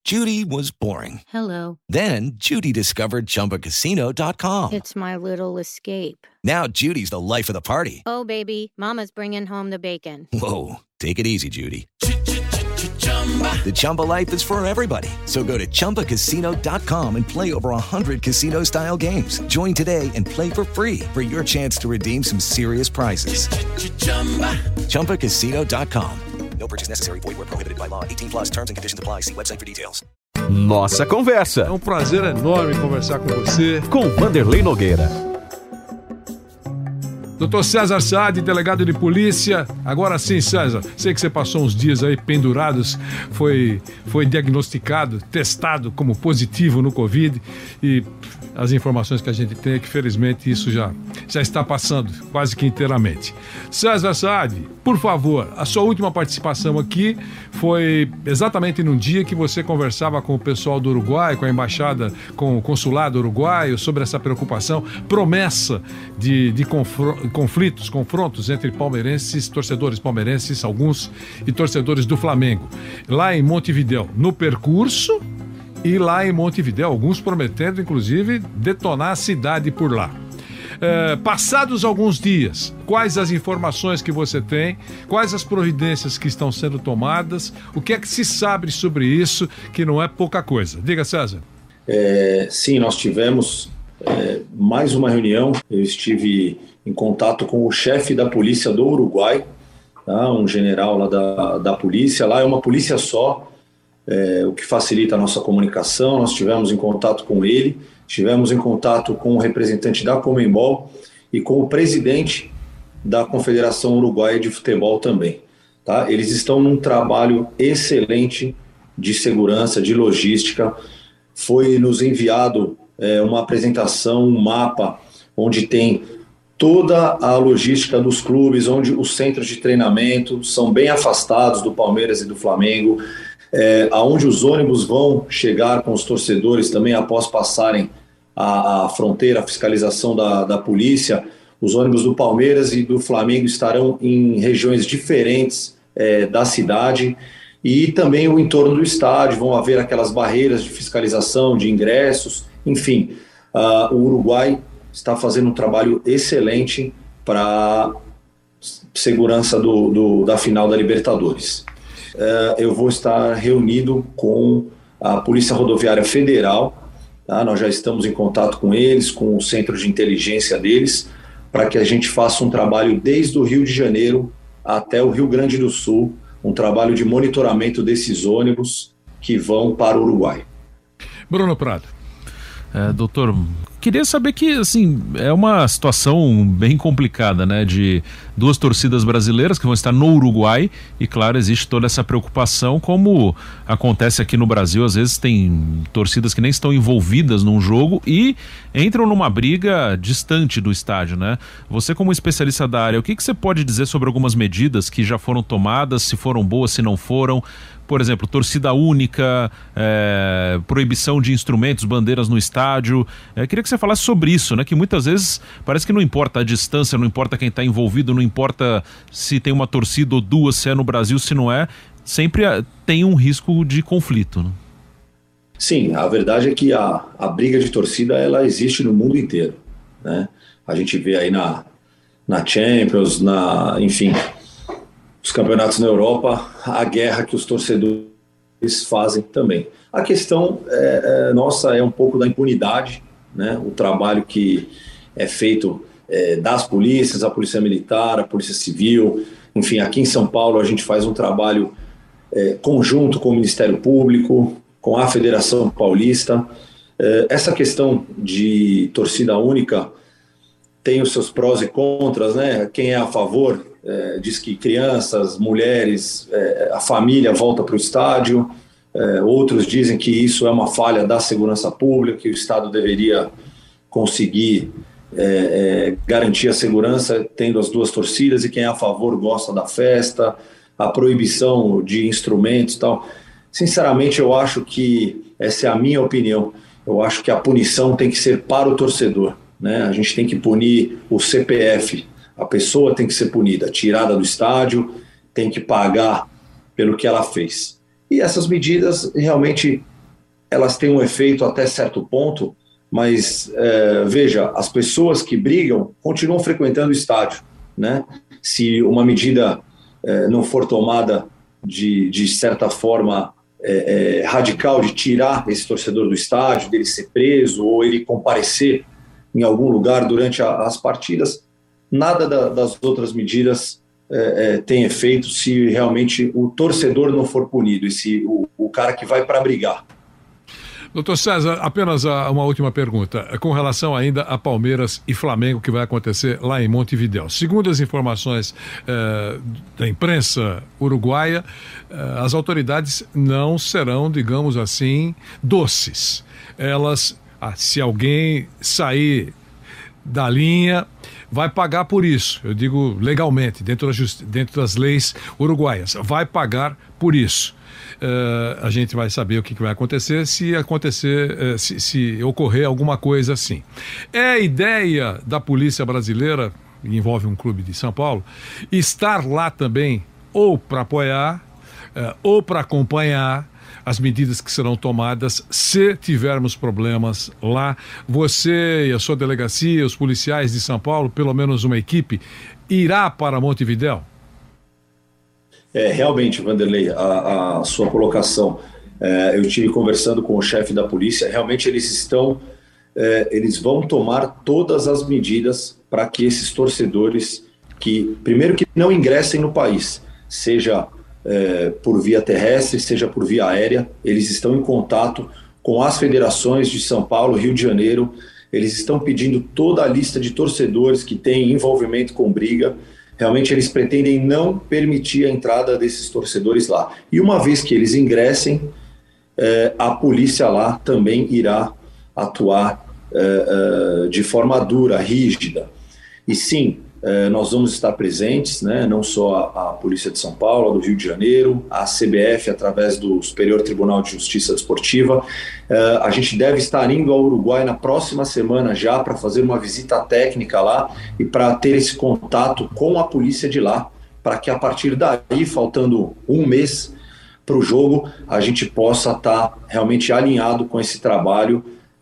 Judy was boring. Hello. Then Judy discovered ChumbaCasino.com. It's my little escape. Now Judy's the life of the party. Oh, baby, mama's bringing home the bacon. Whoa, take it easy, Judy. The Chumba life is for everybody. So go to ChumbaCasino.com and play over 100 casino-style games. Join today and play for free for your chance to redeem some serious prizes. ChumbaCasino.com. No purchase necessary. Void where prohibited by law. 18 plus terms and conditions apply. See website for details. Nossa Conversa. É um prazer enorme conversar com você. Com Vanderlei Nogueira. Dr. César Saad, delegado de polícia. Agora sim, César, sei que você passou uns dias aí pendurados, foi diagnosticado, testado como positivo no Covid e as informações que a gente tem é que felizmente isso já está passando quase que inteiramente. César Saad, por favor, a sua última participação aqui foi exatamente num dia que você conversava com o pessoal do Uruguai, com a embaixada, com o consulado uruguaio sobre essa preocupação, promessa de confrontos entre palmeirenses, torcedores palmeirenses, alguns, e torcedores do Flamengo. Lá em Montevidéu, no percurso, e lá em Montevidéu, alguns prometendo, inclusive, detonar a cidade por lá. Passados alguns dias, quais as informações que você tem, quais as providências que estão sendo tomadas, o que é que se sabe sobre isso, que não é pouca coisa. Diga, César. Sim, nós tivemos mais uma reunião. Eu estive em contato com o chefe da polícia do Uruguai, tá? Um general lá da polícia. Lá é uma polícia só, o que facilita a nossa comunicação. Nós estivemos em contato com ele, estivemos em contato com o representante da Conmebol e com o presidente da Confederação Uruguaia de Futebol também. Tá? Eles estão num trabalho excelente de segurança, de logística. Foi nos enviado uma apresentação, um mapa, onde tem toda a logística dos clubes, onde os centros de treinamento são bem afastados do Palmeiras e do Flamengo, aonde os ônibus vão chegar com os torcedores também após passarem a fronteira, a fiscalização da polícia. Os ônibus do Palmeiras e do Flamengo estarão em regiões diferentes da cidade, e também o entorno do estádio, vão haver aquelas barreiras de fiscalização de ingressos, enfim. O Uruguai está fazendo um trabalho excelente para segurança da final da Libertadores. Eu vou estar reunido com a Polícia Rodoviária Federal, tá? Nós já estamos em contato com eles, com o centro de inteligência deles, para que a gente faça um trabalho desde o Rio de Janeiro até o Rio Grande do Sul, um trabalho de monitoramento desses ônibus que vão para o Uruguai. Bruno Prado. Doutor, queria saber que, assim, é uma situação bem complicada, né, de duas torcidas brasileiras que vão estar no Uruguai e, claro, existe toda essa preocupação, como acontece aqui no Brasil, às vezes tem torcidas que nem estão envolvidas num jogo e entram numa briga distante do estádio, né? Você, como especialista da área, o que você pode dizer sobre algumas medidas que já foram tomadas, se foram boas, se não foram? Por exemplo, torcida única, proibição de instrumentos, bandeiras no estádio. Queria que você falasse sobre isso, né? Que muitas vezes parece que não importa a distância, não importa quem está envolvido, não importa se tem uma torcida ou duas, se é no Brasil, se não é. Sempre tem um risco de conflito, né? Sim, a verdade é que a briga de torcida, ela existe no mundo inteiro, né? A gente vê aí na Champions, enfim, os campeonatos na Europa, a guerra que os torcedores fazem também. A questão nossa é um pouco da impunidade, né? O trabalho que é feito das polícias, a Polícia Militar, a Polícia Civil, enfim, aqui em São Paulo a gente faz um trabalho conjunto com o Ministério Público, com a Federação Paulista. Essa questão de torcida única tem os seus prós e contras, né? Quem é a favor diz que crianças, mulheres, a família volta para o estádio. Outros dizem que isso é uma falha da segurança pública, que o Estado deveria conseguir garantir a segurança tendo as duas torcidas, e quem é a favor gosta da festa, a proibição de instrumentos e tal. Sinceramente, eu acho que, essa é a minha opinião, eu acho que a punição tem que ser para o torcedor, né? A gente tem que punir o CPF, a pessoa tem que ser punida, tirada do estádio, tem que pagar pelo que ela fez. E essas medidas realmente elas têm um efeito até certo ponto, mas veja, as pessoas que brigam continuam frequentando o estádio, né? Se uma medida não for tomada de certa forma radical, de tirar esse torcedor do estádio, dele ser preso ou ele comparecer em algum lugar durante as partidas, nada das outras medidas tem efeito se realmente o torcedor não for punido, e se o cara que vai para brigar. Doutor César, apenas uma última pergunta, com relação ainda a Palmeiras e Flamengo, que vai acontecer lá em Montevidéu. Segundo as informações da imprensa uruguaia, as autoridades não serão, digamos assim, doces. Elas, se alguém sair da linha, vai pagar por isso. Eu digo legalmente, dentro das leis uruguaias, vai pagar por isso. A gente vai saber o que vai acontecer se ocorrer alguma coisa assim. É a ideia da polícia brasileira, que envolve um clube de São Paulo, estar lá também ou para apoiar ou para acompanhar as medidas que serão tomadas se tivermos problemas lá. Você e a sua delegacia, os policiais de São Paulo, pelo menos uma equipe, irá para Montevidéu? Realmente, Vanderlei, a sua colocação, eu estive conversando com o chefe da polícia, realmente eles vão tomar todas as medidas para que esses torcedores, primeiro que não ingressem no país, seja por via terrestre, seja por via aérea, eles estão em contato com as federações de São Paulo, Rio de Janeiro, eles estão pedindo toda a lista de torcedores que têm envolvimento com briga. Realmente eles pretendem não permitir a entrada desses torcedores lá. E uma vez que eles ingressem, a polícia lá também irá atuar de forma dura, rígida. E sim, nós vamos estar presentes, né? Não só a Polícia de São Paulo, a do Rio de Janeiro, a CBF através do Superior Tribunal de Justiça Desportiva. A gente deve estar indo ao Uruguai na próxima semana já para fazer uma visita técnica lá e para ter esse contato com a polícia de lá, para que a partir daí, faltando um mês para o jogo, a gente possa estar realmente alinhado com esse trabalho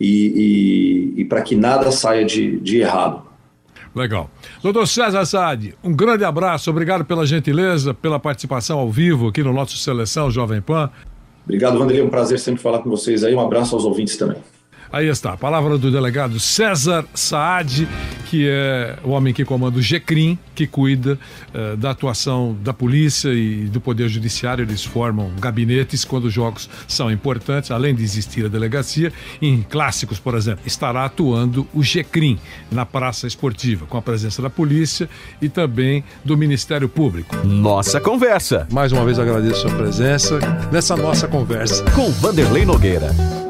e para que nada saia de errado. Legal. Doutor César Saad, um grande abraço, obrigado pela gentileza, pela participação ao vivo aqui no nosso Seleção Jovem Pan. Obrigado, Vanderlei, é um prazer sempre falar com vocês aí, um abraço aos ouvintes também. Aí está, a palavra do delegado César Saad, que é o homem que comanda o GECRIM, que cuida da atuação da polícia e do Poder Judiciário. Eles formam gabinetes quando os jogos são importantes, além de existir a delegacia. Em clássicos, por exemplo, estará atuando o GECRIM na Praça Esportiva, com a presença da polícia e também do Ministério Público. Nossa Conversa. Mais uma vez agradeço a sua presença nessa nossa conversa com Vanderlei Nogueira.